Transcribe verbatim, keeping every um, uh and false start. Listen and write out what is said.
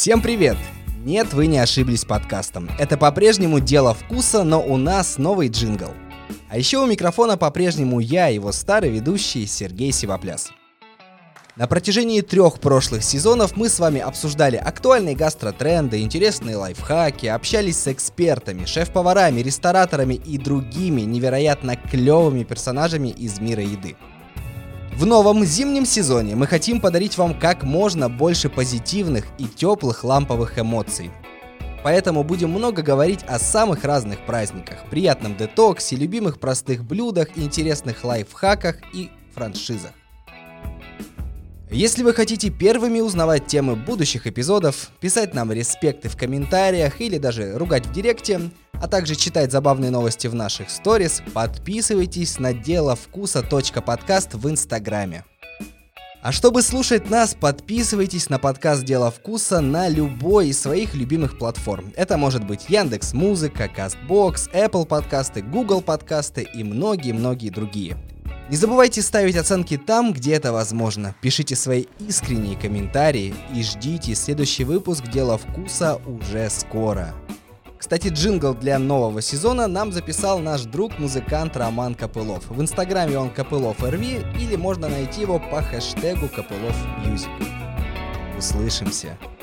Всем привет! Нет, вы не ошиблись подкастом. Это по-прежнему дело вкуса, но у нас новый джингл. А еще у микрофона по-прежнему я, его старый ведущий Сергей Сивопляс. На протяжении трех прошлых сезонов мы с вами обсуждали актуальные гастротренды, интересные лайфхаки, общались с экспертами, шеф-поварами, рестораторами и другими невероятно клевыми персонажами из мира еды. В новом зимнем сезоне мы хотим подарить вам как можно больше позитивных и теплых ламповых эмоций. Поэтому будем много говорить о самых разных праздниках, приятном детоксе, любимых простых блюдах, интересных лайфхаках и франшизах. Если вы хотите первыми узнавать темы будущих эпизодов, писать нам респекты в комментариях или даже ругать в директе, а также читать забавные новости в наших сторис, подписывайтесь на дело вкуса точка подкаст в Инстаграме. А чтобы слушать нас, подписывайтесь на подкаст «Дело вкуса» на любой из своих любимых платформ. Это может быть Яндекс.Музыка, Кастбокс, Apple подкасты, Google подкасты и многие-многие другие. Не забывайте ставить оценки там, где это возможно. Пишите свои искренние комментарии и ждите следующий выпуск «Дело вкуса» уже скоро. Кстати, джингл для нового сезона нам записал наш друг-музыкант Роман Копылов. В инстаграме он Копылов эр ви или можно найти его по хэштегу Копылов Мьюзик. Услышимся!